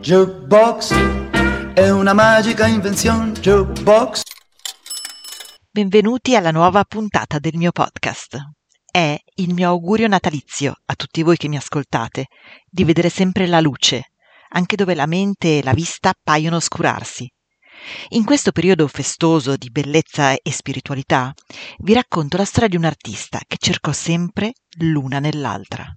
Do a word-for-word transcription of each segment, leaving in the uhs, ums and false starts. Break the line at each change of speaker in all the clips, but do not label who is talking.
Jukebox è una magica invenzione. Jukebox.
Benvenuti alla nuova puntata del mio podcast. È il mio augurio natalizio a tutti voi che mi ascoltate di vedere sempre la luce, anche dove la mente e la vista paiono oscurarsi. In questo periodo festoso di bellezza e spiritualità vi racconto la storia di un artista che cercò sempre l'una nell'altra.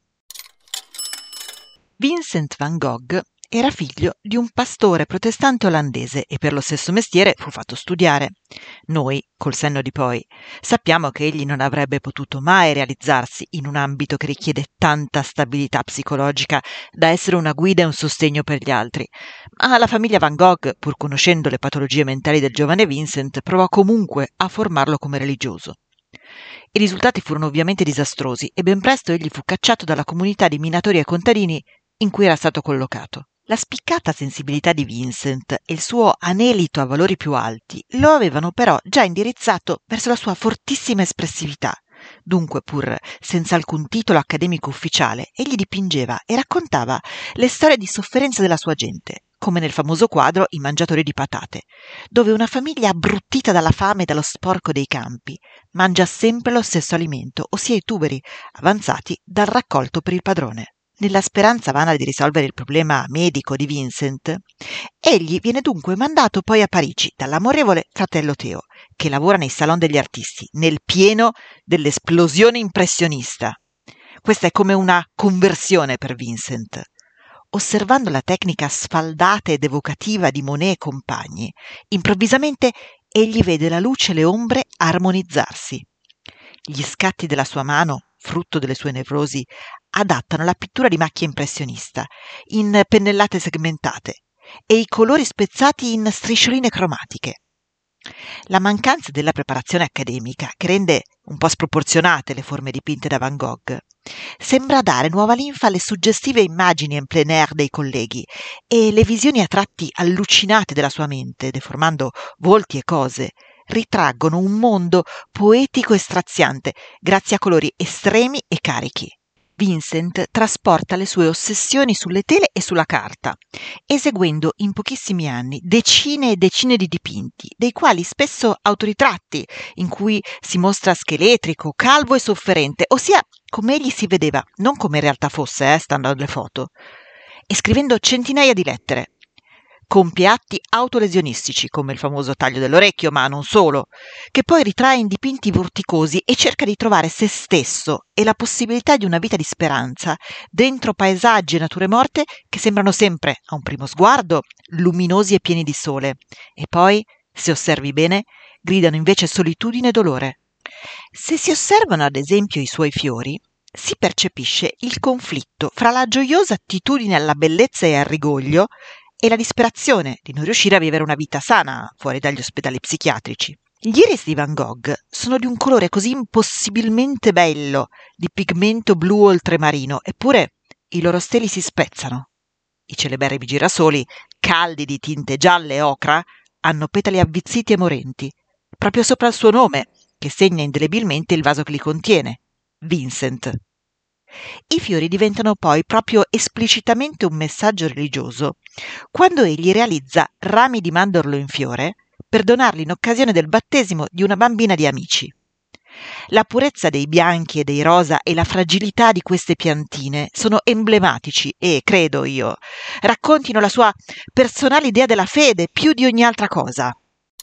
Vincent van Gogh era figlio di un pastore protestante olandese e per lo stesso mestiere fu fatto studiare. Noi, col senno di poi, sappiamo che egli non avrebbe potuto mai realizzarsi in un ambito che richiede tanta stabilità psicologica da essere una guida e un sostegno per gli altri. Ma la famiglia Van Gogh, pur conoscendo le patologie mentali del giovane Vincent, provò comunque a formarlo come religioso. I risultati furono ovviamente disastrosi e ben presto egli fu cacciato dalla comunità di minatori e contadini in cui era stato collocato. La spiccata sensibilità di Vincent e il suo anelito a valori più alti lo avevano però già indirizzato verso la sua fortissima espressività. Dunque, pur senza alcun titolo accademico ufficiale, egli dipingeva e raccontava le storie di sofferenza della sua gente, come nel famoso quadro I mangiatori di patate, dove una famiglia abbruttita dalla fame e dallo sporco dei campi mangia sempre lo stesso alimento, ossia i tuberi avanzati dal raccolto per il padrone. Nella speranza vana di risolvere il problema medico di Vincent, egli viene dunque mandato poi a Parigi dall'amorevole fratello Teo, che lavora nei salon degli artisti, nel pieno dell'esplosione impressionista. Questa è come una conversione per Vincent. Osservando la tecnica sfaldata ed evocativa di Monet e compagni, improvvisamente egli vede la luce e le ombre armonizzarsi. Gli scatti della sua mano, frutto delle sue nevrosi, adattano la pittura di macchia impressionista in pennellate segmentate e i colori spezzati in striscioline cromatiche. La mancanza della preparazione accademica, che rende un po' sproporzionate le forme dipinte da Van Gogh, sembra dare nuova linfa alle suggestive immagini en plein air dei colleghi e le visioni a tratti allucinate della sua mente, deformando volti e cose, ritraggono un mondo poetico e straziante grazie a colori estremi e carichi. Vincent trasporta le sue ossessioni sulle tele e sulla carta, eseguendo in pochissimi anni decine e decine di dipinti, dei quali spesso autoritratti, in cui si mostra scheletrico, calvo e sofferente, ossia come egli si vedeva, non come in realtà fosse, eh, stando alle foto, e scrivendo centinaia di lettere. Compie atti autolesionistici, come il famoso taglio dell'orecchio, ma non solo, che poi ritrae in dipinti vorticosi e cerca di trovare se stesso e la possibilità di una vita di speranza dentro paesaggi e nature morte che sembrano sempre, a un primo sguardo, luminosi e pieni di sole, e poi, se osservi bene, gridano invece solitudine e dolore. Se si osservano ad esempio i suoi fiori, si percepisce il conflitto fra la gioiosa attitudine alla bellezza e al rigoglio e la disperazione di non riuscire a vivere una vita sana fuori dagli ospedali psichiatrici. Gli iris di Van Gogh sono di un colore così impossibilmente bello, di pigmento blu oltremarino, eppure i loro steli si spezzano. I celeberrimi girasoli, caldi di tinte gialle e ocra, hanno petali avvizziti e morenti, proprio sopra il suo nome, che segna indelebilmente il vaso che li contiene, Vincent. I fiori diventano poi proprio esplicitamente un messaggio religioso quando egli realizza rami di mandorlo in fiore per donarli in occasione del battesimo di una bambina di amici. La purezza dei bianchi e dei rosa e la fragilità di queste piantine sono emblematici e, credo io, raccontino la sua personale idea della fede più di ogni altra cosa.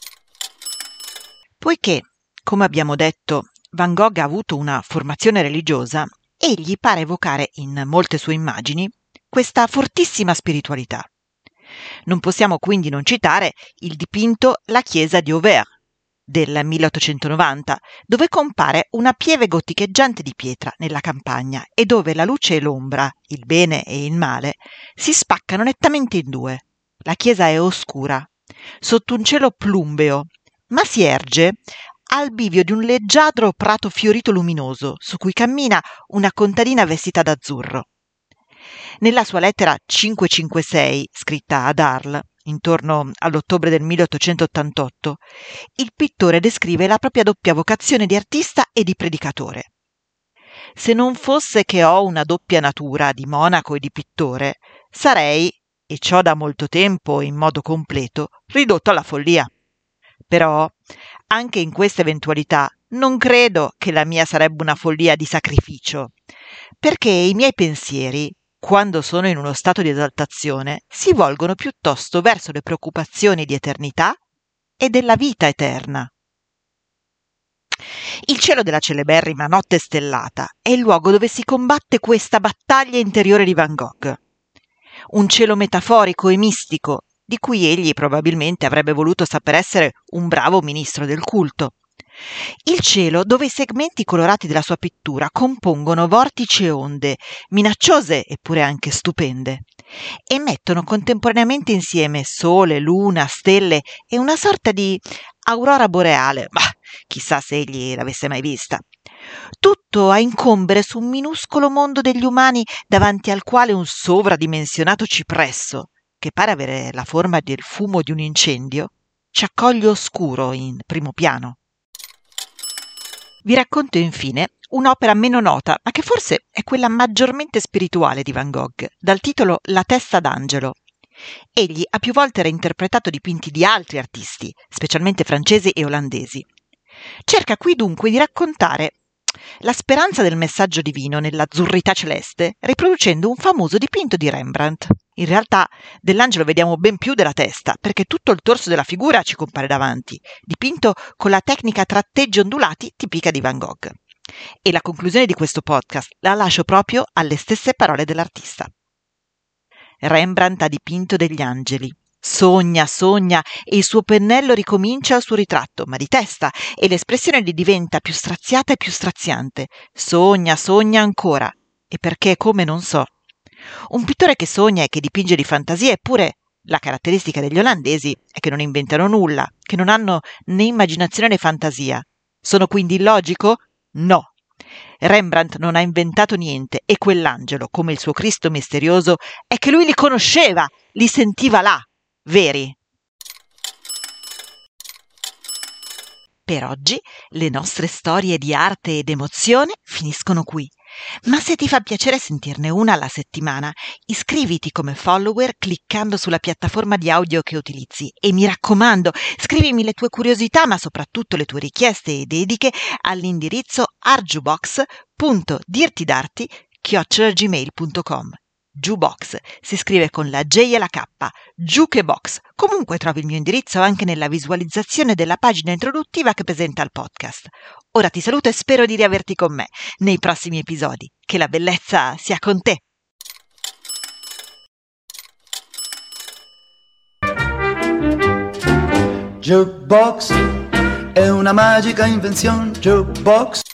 Poiché, come abbiamo detto, Van Gogh ha avuto una formazione religiosa, egli pare evocare in molte sue immagini questa fortissima spiritualità. Non possiamo quindi non citare il dipinto La chiesa di Auvers del milleottocentonovanta, dove compare una pieve gotticheggiante di pietra nella campagna e dove la luce e l'ombra, il bene e il male, si spaccano nettamente in due. La chiesa è oscura, sotto un cielo plumbeo, ma si erge al bivio di un leggiadro prato fiorito luminoso, su cui cammina una contadina vestita d'azzurro. Nella sua lettera cinquecentocinquantasei, scritta ad Arles, intorno all'ottobre del milleottocentottantotto, il pittore descrive la propria doppia vocazione di artista e di predicatore. Se non fosse che ho una doppia natura di monaco e di pittore, sarei, e ciò da molto tempo in modo completo, ridotto alla follia. Però, anche in questa eventualità, non credo che la mia sarebbe una follia di sacrificio, perché i miei pensieri, quando sono in uno stato di esaltazione, si volgono piuttosto verso le preoccupazioni di eternità e della vita eterna. Il cielo della celeberrima Notte stellata è il luogo dove si combatte questa battaglia interiore di Van Gogh. Un cielo metaforico e mistico, di cui egli probabilmente avrebbe voluto saper essere un bravo ministro del culto. Il cielo dove i segmenti colorati della sua pittura compongono vortici e onde, minacciose eppure anche stupende, e mettono contemporaneamente insieme sole, luna, stelle e una sorta di aurora boreale, ma chissà se egli l'avesse mai vista. Tutto a incombere su un minuscolo mondo degli umani davanti al quale un sovradimensionato cipresso, che pare avere la forma del fumo di un incendio, ci accoglie oscuro in primo piano. Vi racconto infine un'opera meno nota, ma che forse è quella maggiormente spirituale di Van Gogh, dal titolo La testa d'angelo. Egli ha più volte reinterpretato dipinti di altri artisti, specialmente francesi e olandesi. Cerca qui dunque di raccontare la speranza del messaggio divino nell'azzurrità celeste, riproducendo un famoso dipinto di Rembrandt. In realtà dell'angelo vediamo ben più della testa, perché tutto il torso della figura ci compare davanti, dipinto con la tecnica a tratteggi ondulati tipica di Van Gogh. E la conclusione di questo podcast la lascio proprio alle stesse parole dell'artista. Rembrandt ha dipinto degli angeli. Sogna, sogna e il suo pennello ricomincia il suo ritratto, ma di testa, e l'espressione gli diventa più straziata e più straziante. Sogna, sogna ancora. E perché e come non so. Un pittore che sogna e che dipinge di fantasia, eppure la caratteristica degli olandesi è che non inventano nulla, che non hanno né immaginazione né fantasia. Sono quindi illogico? No. Rembrandt non ha inventato niente e quell'angelo, come il suo Cristo misterioso, è che lui li conosceva, li sentiva là, veri. Per oggi le nostre storie di arte ed emozione finiscono qui. Ma se ti fa piacere sentirne una alla settimana, iscriviti come follower cliccando sulla piattaforma di audio che utilizzi e mi raccomando, scrivimi le tue curiosità ma soprattutto le tue richieste e dediche all'indirizzo arjubox punto dirtidarti chiocciola gmail punto com. Jukebox si scrive con la J e la K, Jukebox. Comunque trovi il mio indirizzo anche nella visualizzazione della pagina introduttiva che presenta il podcast. Ora ti saluto e spero di riaverti con me nei prossimi episodi. Che la bellezza sia con te!
Jukebox è una magica invenzione. Jukebox